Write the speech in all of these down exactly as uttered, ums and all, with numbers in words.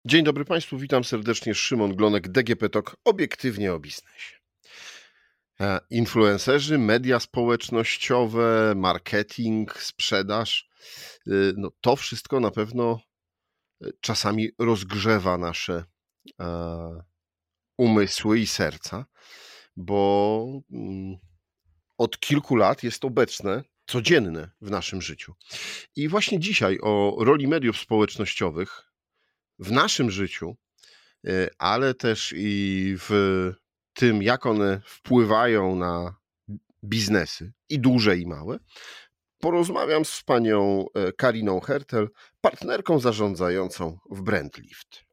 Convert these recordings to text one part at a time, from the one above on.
Dzień dobry Państwu, witam serdecznie. Szymon Glonek, D G P Talk, obiektywnie o biznesie. E, Influencerzy, media społecznościowe, marketing, sprzedaż, y, no to wszystko na pewno y, czasami rozgrzewa nasze e, umysły i serca, bo mm, od kilku lat jest obecne, codzienne w naszym życiu. I właśnie dzisiaj o roli mediów społecznościowych w naszym życiu, y, ale też i w tym, jak one wpływają na biznesy, i duże, i małe, porozmawiam z panią e, Kariną Hertel, partnerką zarządzającą w Brandlift.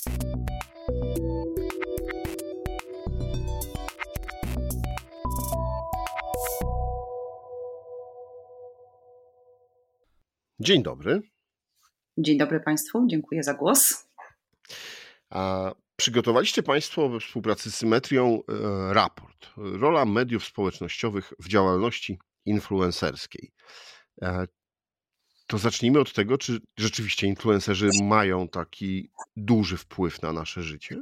Dzień dobry. Dzień dobry Państwu, dziękuję za głos. A przygotowaliście Państwo we współpracy z Symetrią e, raport. Rola mediów społecznościowych w działalności influencerskiej. E, To zacznijmy od tego, czy rzeczywiście influencerzy mają taki duży wpływ na nasze życie?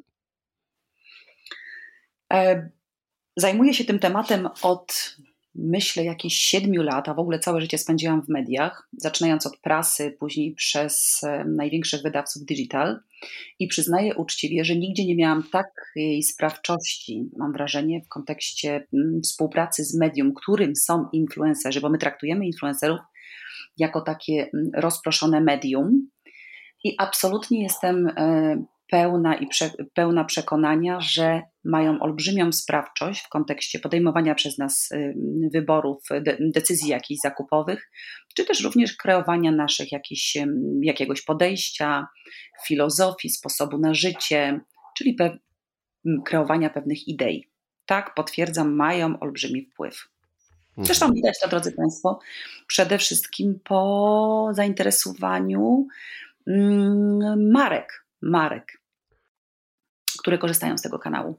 E, Zajmuję się tym tematem od, myślę, jakichś siedmiu lat, a w ogóle całe życie spędziłam w mediach, zaczynając od prasy, później przez e, największych wydawców digital. I przyznaję uczciwie, że nigdzie nie miałam takiej sprawczości, mam wrażenie, w kontekście mm, współpracy z medium, którym są influencerzy, bo my traktujemy influencerów jako takie mm, rozproszone medium. I absolutnie jestem e, pełna i prze, pełna przekonania, że mają olbrzymią sprawczość w kontekście podejmowania przez nas e, wyborów, de, decyzji jakichś zakupowych, czy też również kreowania naszych jakichś, e, jakiegoś podejścia, filozofii, sposobu na życie, czyli pe, kreowania pewnych idei. Tak, potwierdzam, mają olbrzymi wpływ. Zresztą widać to, drodzy Państwo, przede wszystkim po zainteresowaniu marek, marek, które korzystają z tego kanału.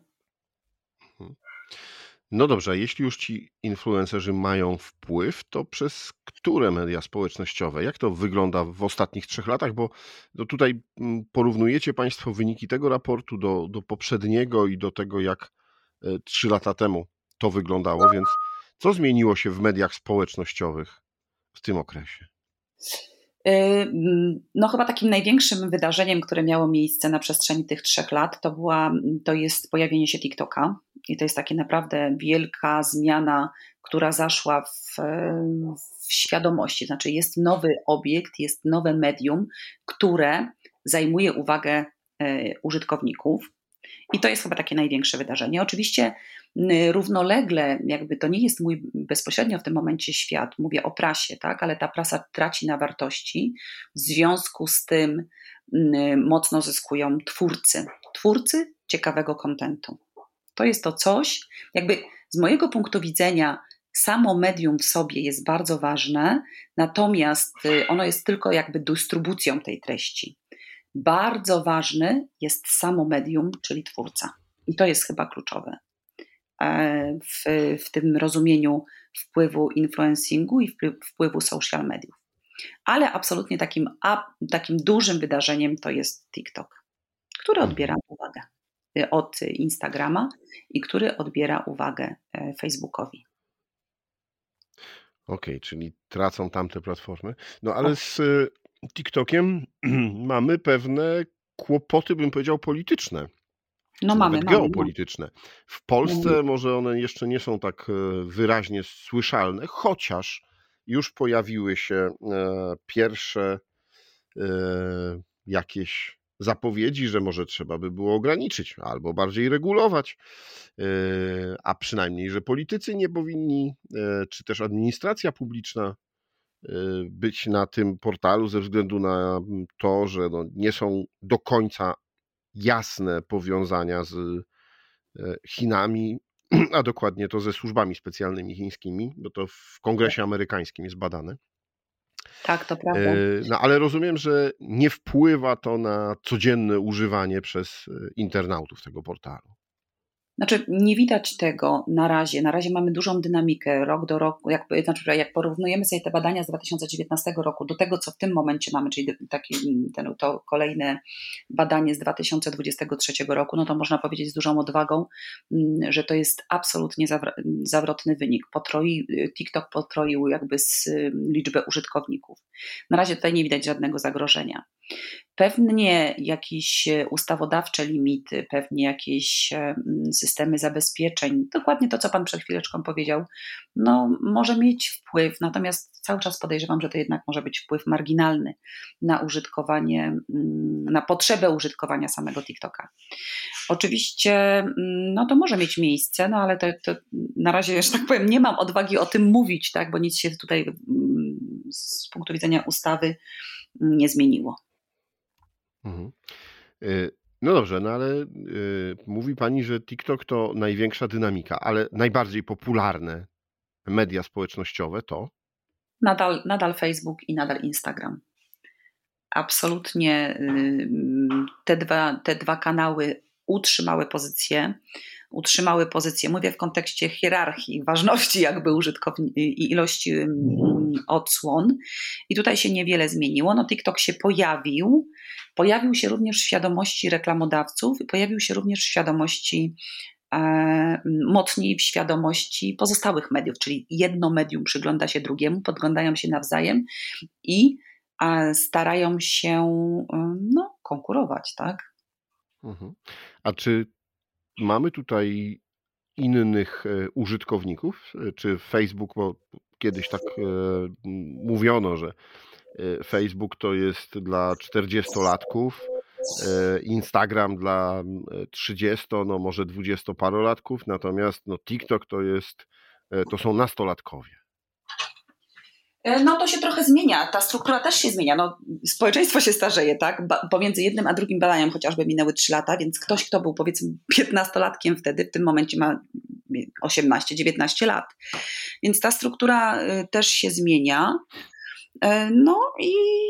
No dobrze, a jeśli już ci influencerzy mają wpływ, to przez które media społecznościowe? Jak to wygląda w ostatnich trzech latach? Bo no tutaj mm, porównujecie Państwo wyniki tego raportu do, do poprzedniego i do tego, jak e, trzy lata temu to wyglądało, więc co zmieniło się w mediach społecznościowych w tym okresie? No chyba takim największym wydarzeniem, które miało miejsce na przestrzeni tych trzech lat, to, była, to jest pojawienie się TikToka. I to jest taka naprawdę wielka zmiana, która zaszła w, w świadomości. Znaczy jest nowy obiekt, jest nowe medium, które zajmuje uwagę użytkowników. I to jest chyba takie największe wydarzenie. Oczywiście równolegle, jakby to nie jest mój bezpośrednio w tym momencie świat, mówię o prasie, tak, ale ta prasa traci na wartości, w związku z tym mocno zyskują twórcy, twórcy ciekawego kontentu. To jest to coś, jakby z mojego punktu widzenia samo medium w sobie jest bardzo ważne, natomiast ono jest tylko jakby dystrybucją tej treści. Bardzo ważny jest samo medium, czyli twórca. I to jest chyba kluczowe w, w tym rozumieniu wpływu influencingu i wpływu social mediów. Ale absolutnie takim, takim dużym wydarzeniem to jest TikTok, który odbiera uwagę od Instagrama i który odbiera uwagę Facebookowi. Okej, okay, czyli tracą tamte platformy. No ale z TikTokiem mamy pewne kłopoty, bym powiedział, polityczne. No czy mamy, nawet mamy, geopolityczne. W Polsce mamy. może one jeszcze nie są tak wyraźnie słyszalne, chociaż już pojawiły się pierwsze jakieś zapowiedzi, że może trzeba by było ograniczyć albo bardziej regulować, a przynajmniej, że politycy nie powinni, czy też administracja publiczna być na tym portalu ze względu na to, że no nie są do końca jasne powiązania z Chinami, a dokładnie to ze służbami specjalnymi chińskimi, bo to w Kongresie Amerykańskim jest badane. Tak, to prawda. No ale rozumiem, że nie wpływa to na codzienne używanie przez internautów tego portalu. Znaczy nie widać tego na razie. Na razie mamy dużą dynamikę rok do roku. Jak, znaczy, jak porównujemy sobie te badania z dwa tysiące dziewiętnastego roku do tego, co w tym momencie mamy, czyli taki, ten, to kolejne badanie z dwa tysiące dwudziestego trzeciego roku, no to można powiedzieć z dużą odwagą, że to jest absolutnie zawrotny wynik. Potroi, TikTok potroił jakby z liczbę użytkowników. Na razie tutaj nie widać żadnego zagrożenia. Pewnie jakieś ustawodawcze limity, pewnie jakieś systemy zabezpieczeń, dokładnie to, co Pan przed chwileczką powiedział, no może mieć wpływ, natomiast cały czas podejrzewam, że to jednak może być wpływ marginalny na użytkowanie, na potrzebę użytkowania samego TikToka. Oczywiście no to może mieć miejsce, no ale to, to na razie, że tak powiem, nie mam odwagi o tym mówić, tak, bo nic się tutaj z punktu widzenia ustawy nie zmieniło. Mhm. No dobrze, no ale y, mówi Pani, że TikTok to największa dynamika, ale najbardziej popularne media społecznościowe to? Nadal, nadal Facebook i nadal Instagram. Absolutnie y, te dwa, te dwa kanały utrzymały pozycję, utrzymały pozycję, mówię w kontekście hierarchii, ważności jakby użytkowników i ilości odsłon i tutaj się niewiele zmieniło. No TikTok się pojawił, pojawił się również w świadomości reklamodawców, pojawił się również w świadomości e, mocniej w świadomości pozostałych mediów, czyli jedno medium przygląda się drugiemu, podglądają się nawzajem i e, starają się no, konkurować, tak? Mhm. A czy mamy tutaj innych użytkowników? Czy Facebook, bo kiedyś tak e, mówiono, że Facebook to jest dla czterdziestolatków, e, Instagram dla trzydziesto, no może dwudziestoparolatków, natomiast no, TikTok to jest, e, to są nastolatkowie. No to się trochę zmienia, ta struktura też się zmienia, no, społeczeństwo się starzeje, tak, ba- pomiędzy jednym a drugim badaniem chociażby minęły trzy lata, więc ktoś, kto był powiedzmy piętnastolatkiem wtedy, w tym momencie ma osiemnaście dziewiętnaście lat, więc ta struktura też się zmienia, no i,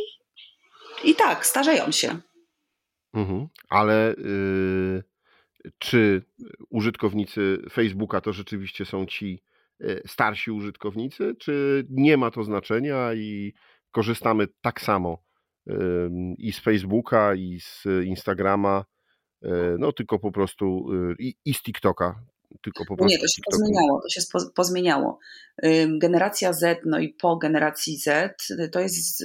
i tak, starzeją się. Mhm. Ale y, czy użytkownicy Facebooka to rzeczywiście są ci starsi użytkownicy, czy nie ma to znaczenia i korzystamy tak samo i z Facebooka, i z Instagrama, no tylko po prostu i, i z TikToka, tylko po No prostu nie, to się TikTok. pozmieniało, to się spo, pozmieniało. Generacja Z, no i po generacji Z to jest,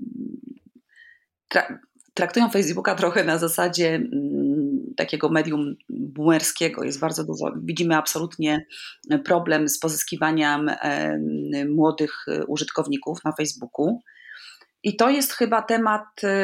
tra, traktują Facebooka trochę na zasadzie takiego medium boomerskiego. Jest bardzo dużo. Widzimy absolutnie problem z pozyskiwaniem młodych użytkowników na Facebooku. I to jest chyba temat,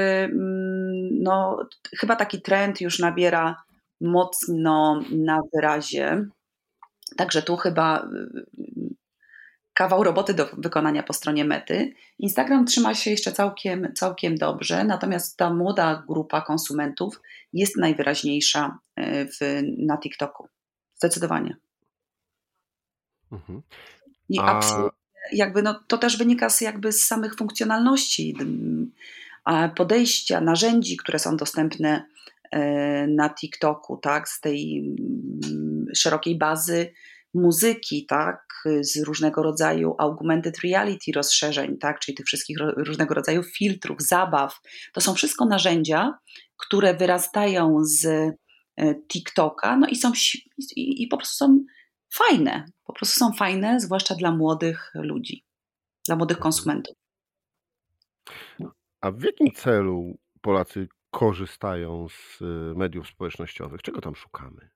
no chyba taki trend już nabiera mocno na wyrazie. Także tu chyba kawał roboty do wykonania po stronie Mety. Instagram trzyma się jeszcze całkiem, całkiem dobrze, natomiast ta młoda grupa konsumentów jest najwyraźniejsza w, na TikToku. Zdecydowanie. Mhm. I A... absolutnie, jakby no, to też wynika z, jakby z samych funkcjonalności, podejścia, narzędzi, które są dostępne na TikToku, tak, z tej szerokiej bazy muzyki, tak, z różnego rodzaju augmented reality rozszerzeń, tak, czyli tych wszystkich ro, różnego rodzaju filtrów, zabaw. To są wszystko narzędzia, które wyrastają z TikToka, no i są i, i po prostu są fajne. Po prostu są fajne, zwłaszcza dla młodych ludzi, dla młodych konsumentów. A w jakim celu Polacy korzystają z mediów społecznościowych? Czego tam szukamy?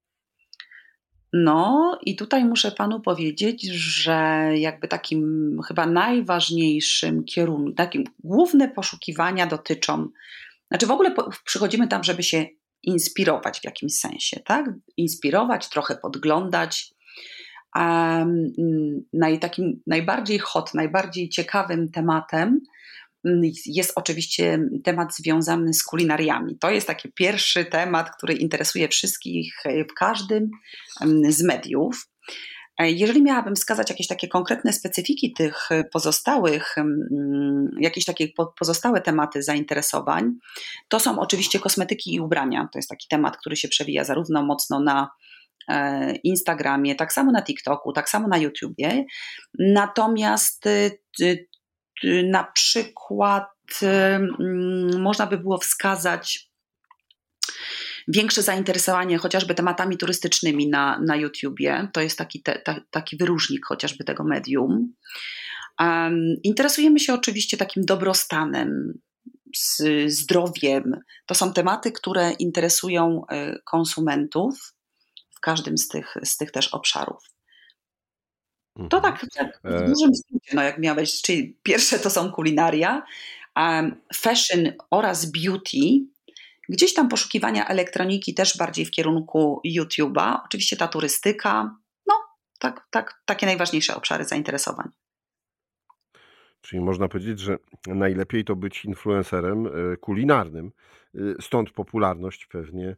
No i tutaj muszę panu powiedzieć, że jakby takim chyba najważniejszym kierunkiem, takim główne poszukiwania dotyczą, znaczy w ogóle po, przychodzimy tam, żeby się inspirować w jakimś sensie, tak? Inspirować, trochę podglądać. Um, naj, takim najbardziej hot, najbardziej ciekawym tematem jest oczywiście temat związany z kulinariami. To jest taki pierwszy temat, który interesuje wszystkich w każdym z mediów. Jeżeli miałabym wskazać jakieś takie konkretne specyfiki tych pozostałych, jakieś takie pozostałe tematy zainteresowań, to są oczywiście kosmetyki i ubrania. To jest taki temat, który się przewija zarówno mocno na Instagramie, tak samo na TikToku, tak samo na YouTubie. Natomiast na przykład można by było wskazać większe zainteresowanie chociażby tematami turystycznymi na, na YouTubie. To jest taki, te, ta, taki wyróżnik chociażby tego medium. Um, interesujemy się oczywiście takim dobrostanem, z zdrowiem. To są tematy, które interesują konsumentów w każdym z tych, z tych też obszarów. To tak, tak w dużym skrócie, no jak miałeś, czyli pierwsze to są kulinaria, um, fashion oraz beauty. Gdzieś tam poszukiwania elektroniki też bardziej w kierunku YouTube'a. Oczywiście ta turystyka, no tak, tak, takie najważniejsze obszary zainteresowań. Czyli można powiedzieć, że najlepiej to być influencerem kulinarnym. Stąd popularność pewnie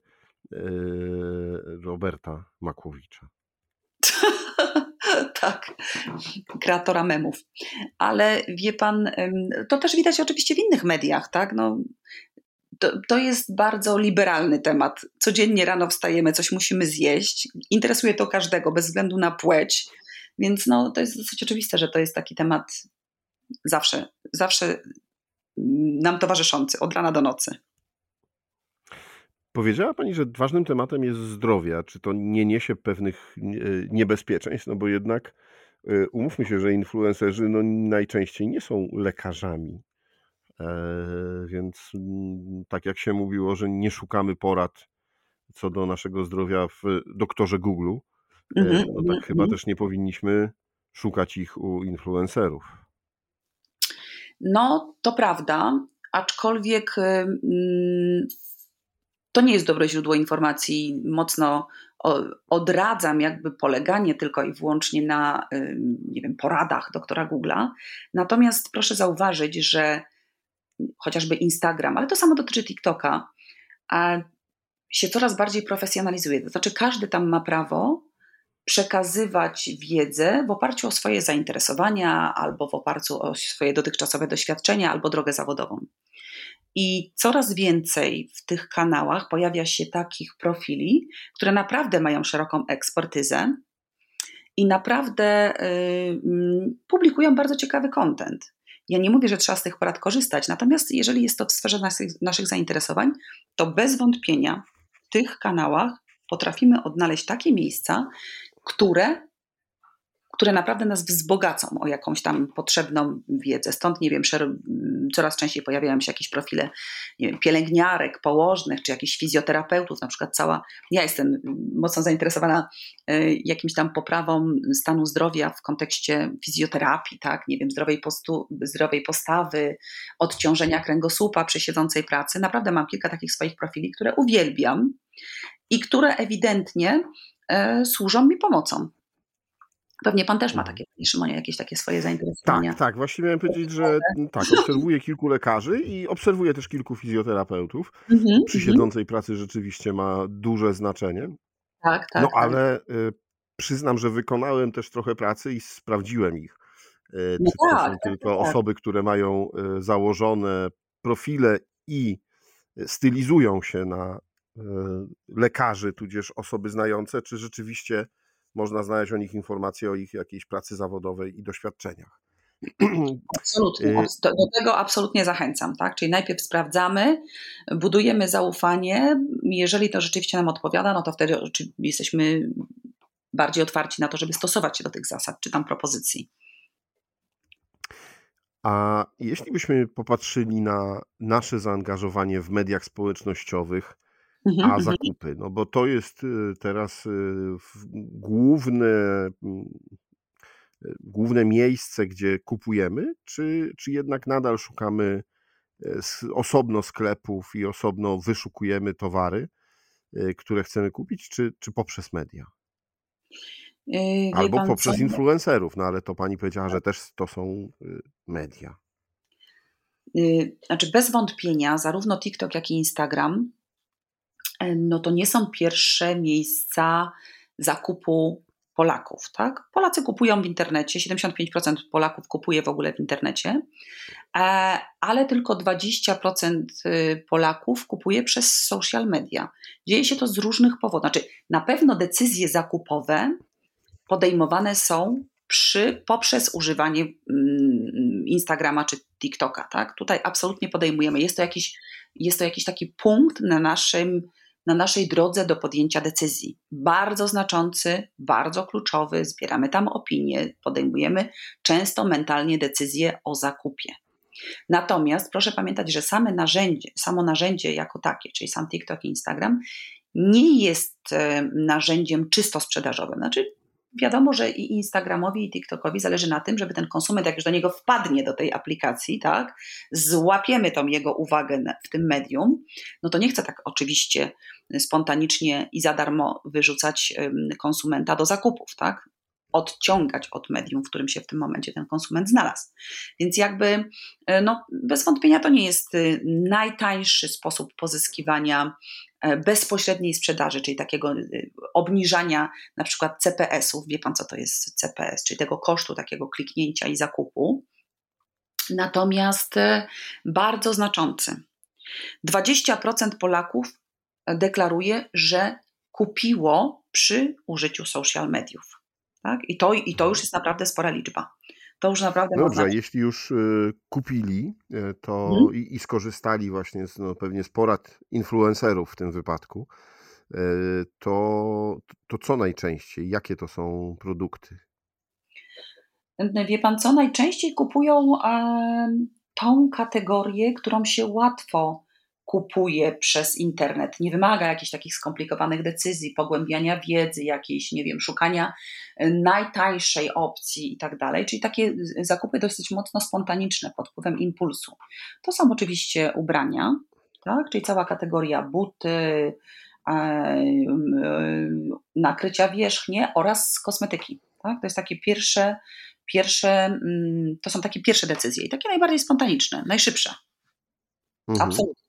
Roberta Makłowicza. Tak, kreatora memów. Ale wie pan, to też widać oczywiście w innych mediach, tak? No, to, to jest bardzo liberalny temat. Codziennie rano wstajemy, coś musimy zjeść. Interesuje to każdego, bez względu na płeć. Więc no, to jest dosyć oczywiste, że to jest taki temat zawsze, zawsze nam towarzyszący, od rana do nocy. Powiedziała pani, że ważnym tematem jest zdrowie. Czy to nie niesie pewnych niebezpieczeństw? No bo jednak umówmy się, że influencerzy no najczęściej nie są lekarzami. E, więc tak jak się mówiło, że nie szukamy porad co do naszego zdrowia w doktorze Google, mm-hmm, no tak mm-hmm. chyba też nie powinniśmy szukać ich u influencerów. No, to prawda, aczkolwiek mm, to nie jest dobre źródło informacji. Mocno odradzam jakby poleganie tylko i wyłącznie na nie wiem, poradach doktora Google'a. Natomiast proszę zauważyć, że chociażby Instagram, ale to samo dotyczy TikToka, się coraz bardziej profesjonalizuje. To znaczy każdy tam ma prawo przekazywać wiedzę w oparciu o swoje zainteresowania albo w oparciu o swoje dotychczasowe doświadczenia albo drogę zawodową. I coraz więcej w tych kanałach pojawia się takich profili, które naprawdę mają szeroką ekspertyzę i naprawdę yy, publikują bardzo ciekawy content. Ja nie mówię, że trzeba z tych porad korzystać, natomiast jeżeli jest to w sferze naszych, naszych zainteresowań, to bez wątpienia w tych kanałach potrafimy odnaleźć takie miejsca, które, które naprawdę nas wzbogacą o jakąś tam potrzebną wiedzę. Stąd, nie wiem, coraz częściej pojawiają się jakieś profile, nie wiem, pielęgniarek, położnych, czy jakichś fizjoterapeutów, na przykład cała, ja jestem mocno zainteresowana jakimś tam poprawą stanu zdrowia w kontekście fizjoterapii, tak, nie wiem, zdrowej, postu, zdrowej postawy, odciążenia kręgosłupa przy siedzącej pracy. Naprawdę mam kilka takich swoich profili, które uwielbiam i które ewidentnie e, służą mi pomocą. Pewnie pan też ma takie, Szymonie, jakieś takie swoje zainteresowania. Tak, tak. Właśnie miałem powiedzieć, że tak, obserwuję kilku lekarzy i obserwuję też kilku fizjoterapeutów. Mm-hmm, Przy siedzącej mm-hmm. pracy rzeczywiście ma duże znaczenie. Tak, tak. No ale tak. y, przyznam, że wykonałem też trochę pracy i sprawdziłem ich. Y, no czy tak, to są tak, tylko tak. osoby, które mają y, założone profile i stylizują się na y, lekarzy, tudzież osoby znające, czy rzeczywiście można znaleźć o nich informacje o ich jakiejś pracy zawodowej i doświadczeniach. Absolutnie. Do, do tego absolutnie zachęcam, tak? Czyli najpierw sprawdzamy, budujemy zaufanie. Jeżeli to rzeczywiście nam odpowiada, no to wtedy jesteśmy bardziej otwarci na to, żeby stosować się do tych zasad czy tam propozycji. A jeśli byśmy popatrzyli na nasze zaangażowanie w mediach społecznościowych, a zakupy, no bo to jest teraz główne, główne miejsce, gdzie kupujemy, czy, czy jednak nadal szukamy osobno sklepów i osobno wyszukujemy towary, które chcemy kupić, czy, czy poprzez media? Wie Albo pan poprzez co? influencerów, no ale to pani powiedziała, że też to są media. Znaczy bez wątpienia zarówno TikTok, jak i Instagram no to nie są pierwsze miejsca zakupu Polaków, tak? Polacy kupują w internecie, siedemdziesiąt pięć procent Polaków kupuje w ogóle w internecie, ale tylko dwadzieścia procent Polaków kupuje przez social media. Dzieje się to z różnych powodów. Znaczy, na pewno decyzje zakupowe podejmowane są przy, poprzez używanie Instagrama czy TikToka, tak? Tutaj absolutnie podejmujemy. Jest to jakiś, jest to jakiś taki punkt na naszym na naszej drodze do podjęcia decyzji. Bardzo znaczący, bardzo kluczowy, zbieramy tam opinie, podejmujemy często mentalnie decyzje o zakupie. Natomiast proszę pamiętać, że same narzędzie, samo narzędzie jako takie, czyli sam TikTok i Instagram, nie jest narzędziem czysto sprzedażowym. Znaczy wiadomo, że i Instagramowi, i TikTokowi zależy na tym, żeby ten konsument, jak już do niego wpadnie do tej aplikacji, tak, złapiemy tą jego uwagę w tym medium, no to nie chcę tak oczywiście spontanicznie i za darmo wyrzucać konsumenta do zakupów, tak, odciągać od medium, w którym się w tym momencie ten konsument znalazł. Więc jakby no, bez wątpienia to nie jest najtańszy sposób pozyskiwania bezpośredniej sprzedaży, czyli takiego obniżania na przykład C P S-ów. Wie pan, co to jest C P S, czyli tego kosztu takiego kliknięcia i zakupu. Natomiast bardzo znaczący. dwadzieścia procent Polaków deklaruje, że kupiło przy użyciu social mediów. Tak? I, to, I to już jest naprawdę spora liczba. To już naprawdę no można... Dobrze, jeśli już y, kupili y, to hmm. i, i skorzystali właśnie z, no, pewnie z porad influencerów w tym wypadku, y, to, to co najczęściej? Jakie to są produkty? Wie pan co? Najczęściej kupują e, tą kategorię, którą się łatwo kupuje przez internet. Nie wymaga jakichś takich skomplikowanych decyzji, pogłębiania wiedzy, jakiejś, nie wiem, szukania najtańszej opcji i tak dalej. Czyli takie zakupy dosyć mocno spontaniczne, pod wpływem impulsu. To są oczywiście ubrania, tak? Czyli cała kategoria buty, e, e, nakrycia wierzchnie oraz kosmetyki. Tak? To jest takie pierwsze, pierwsze, to są takie pierwsze decyzje i takie najbardziej spontaniczne, najszybsze. Mhm. Absolutnie.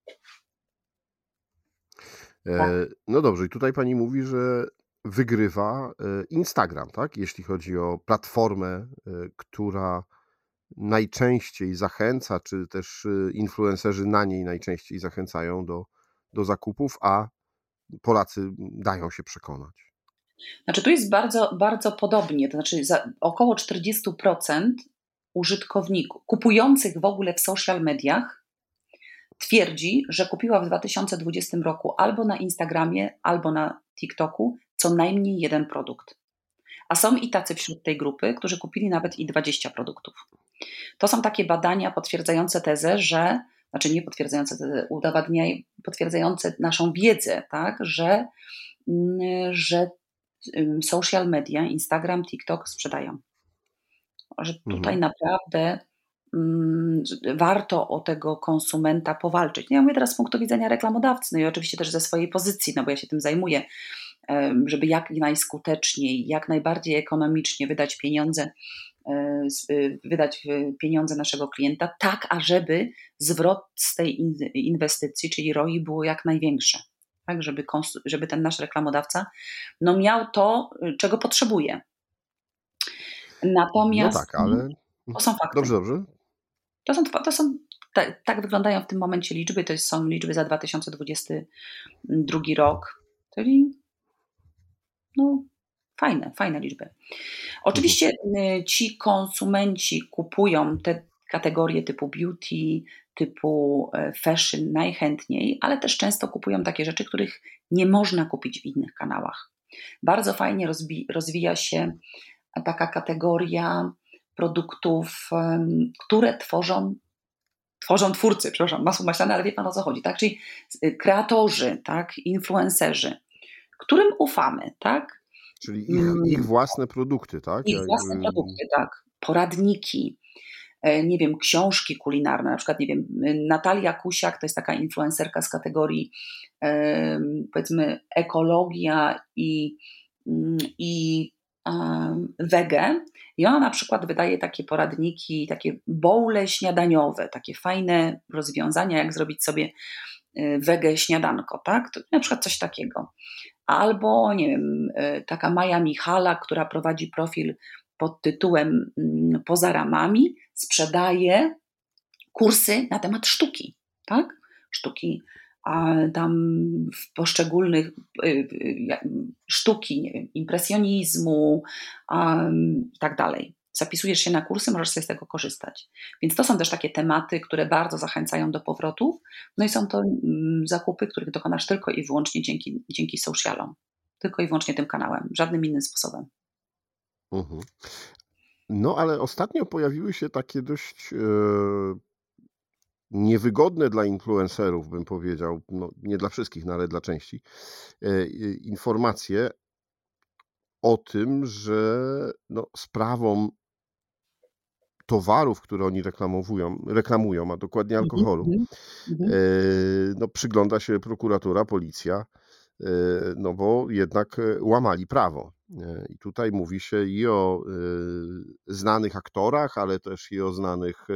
No dobrze, i tutaj pani mówi, że wygrywa Instagram, tak? Jeśli chodzi o platformę, która najczęściej zachęca, czy też influencerzy na niej najczęściej zachęcają do, do zakupów, a Polacy dają się przekonać. Znaczy tu jest bardzo, bardzo podobnie, to znaczy za około czterdzieści procent użytkowników kupujących w ogóle w social mediach twierdzi, że kupiła w dwa tysiące dwudziestym roku albo na Instagramie, albo na TikToku co najmniej jeden produkt. A są i tacy wśród tej grupy, którzy kupili nawet i dwadzieścia produktów. To są takie badania potwierdzające tezę, że, znaczy nie potwierdzające tezę, udowadniają, potwierdzające naszą wiedzę, tak, że, że social media, Instagram, TikTok sprzedają. Że tutaj mhm. naprawdę mm, warto o tego konsumenta powalczyć. Ja mówię teraz z punktu widzenia reklamodawcy, no i oczywiście też ze swojej pozycji, no bo ja się tym zajmuję, żeby jak najskuteczniej, jak najbardziej ekonomicznie wydać pieniądze, wydać pieniądze naszego klienta, tak ażeby zwrot z tej inwestycji, czyli R O I, było jak największe. Tak, żeby, żeby ten nasz reklamodawca no, miał to, czego potrzebuje. Natomiast no tak, ale... to są fakty. Dobrze, dobrze. To są, to są, tak, tak wyglądają w tym momencie liczby, to są liczby za dwa tysiące dwudziesty drugi rok, czyli no, fajne, fajne liczby. Oczywiście mhm. ci konsumenci kupują te kategorie typu beauty, typu fashion najchętniej, ale też często kupują takie rzeczy, których nie można kupić w innych kanałach. Bardzo fajnie rozbi- rozwija się taka kategoria produktów, które tworzą, tworzą twórcy, przepraszam, masło maślane, ale wie pan, o co chodzi, tak? Czyli kreatorzy, tak? Influencerzy, którym ufamy, tak? Czyli ich, ich własne produkty, tak? Ich Jakby... własne produkty, tak. Poradniki, nie wiem, książki kulinarne, na przykład, nie wiem, Natalia Kusiak to jest taka influencerka z kategorii powiedzmy ekologia i, i um, wege i ona na przykład wydaje takie poradniki, takie bowle śniadaniowe, takie fajne rozwiązania, jak zrobić sobie wege śniadanko, tak? To na przykład coś takiego. albo nie wiem, taka Maja Michala, która prowadzi profil pod tytułem Poza ramami, sprzedaje kursy na temat sztuki, tak? Sztuki, a tam w poszczególnych sztuki, nie wiem, impresjonizmu i tak dalej. Zapisujesz się na kursy, możesz sobie z tego korzystać. Więc to są też takie tematy, które bardzo zachęcają do powrotów. No i są to zakupy, których dokonasz tylko i wyłącznie dzięki, dzięki socialom. Tylko i wyłącznie tym kanałem, żadnym innym sposobem. Mhm. No ale ostatnio pojawiły się takie dość e, niewygodne dla influencerów, bym powiedział, no, nie dla wszystkich, no, ale dla części, e, informacje o tym, że no, sprawą towarów, które oni reklamują, reklamują, a dokładnie alkoholu, Mm-hmm. no, przygląda się prokuratura, policja, no bo jednak łamali prawo. I tutaj mówi się i o znanych aktorach, ale też i o znanych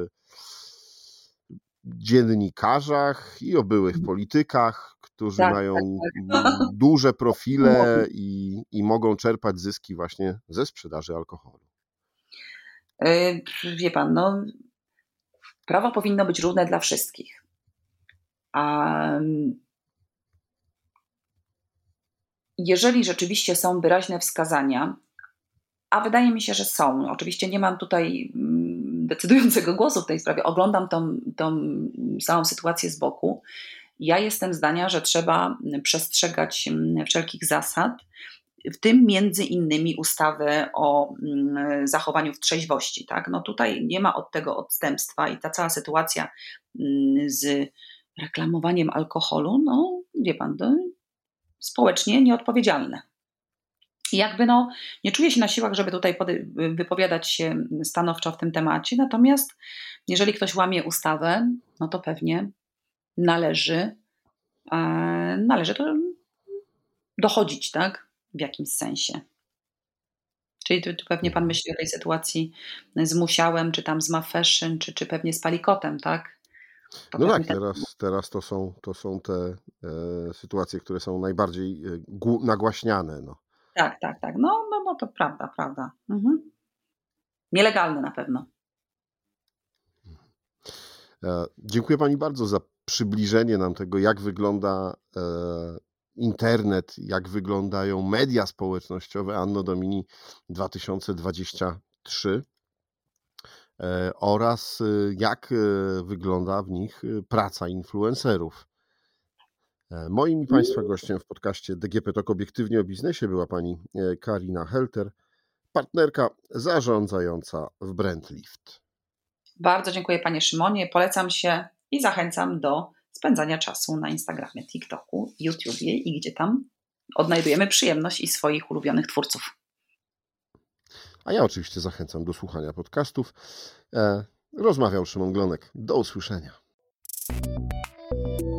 dziennikarzach, i o byłych politykach, którzy tak, mają tak, tak. duże profile i, i mogą czerpać zyski właśnie ze sprzedaży alkoholu. Wie pan, no, prawo powinno być równe dla wszystkich. A jeżeli rzeczywiście są wyraźne wskazania, a wydaje mi się, że są, oczywiście nie mam tutaj decydującego głosu w tej sprawie, oglądam tą, tą całą sytuację z boku, ja jestem zdania, że trzeba przestrzegać wszelkich zasad, w tym między innymi ustawy o zachowaniu w trzeźwości. Tak? No tutaj nie ma od tego odstępstwa i ta cała sytuacja z reklamowaniem alkoholu, no wie pan, to społecznie nieodpowiedzialne. I jakby no, nie czuję się na siłach, żeby tutaj wypowiadać się stanowczo w tym temacie, natomiast jeżeli ktoś łamie ustawę, no to pewnie należy, e, należy to dochodzić, tak? W jakimś sensie. Czyli tu, tu pewnie pan myśli o tej sytuacji z Musiałem, czy tam z Mafeszyn, czy, czy pewnie z Palikotem, tak? To no tak, teraz, teraz to są, to są te e, sytuacje, które są najbardziej e, gu, nagłaśniane. No. Tak, tak, tak. No, no, no to prawda, prawda. Mhm. Nielegalne na pewno. E, dziękuję pani bardzo za przybliżenie nam tego, jak wygląda e, internet, jak wyglądają media społecznościowe Anno Domini dwa tysiące dwudziesty trzeci e, oraz jak wygląda w nich praca influencerów. Moim i Państwa gościem w podcaście D G P Talk Obiektywnie o Biznesie była pani Karina Helter, partnerka zarządzająca w Brandlift. Bardzo dziękuję panie Szymonie, polecam się i zachęcam do spędzania czasu na Instagramie, TikToku, YouTubie i gdzie tam odnajdujemy przyjemność i swoich ulubionych twórców. A ja oczywiście zachęcam do słuchania podcastów. Rozmawiał Szymon Glonek. Do usłyszenia.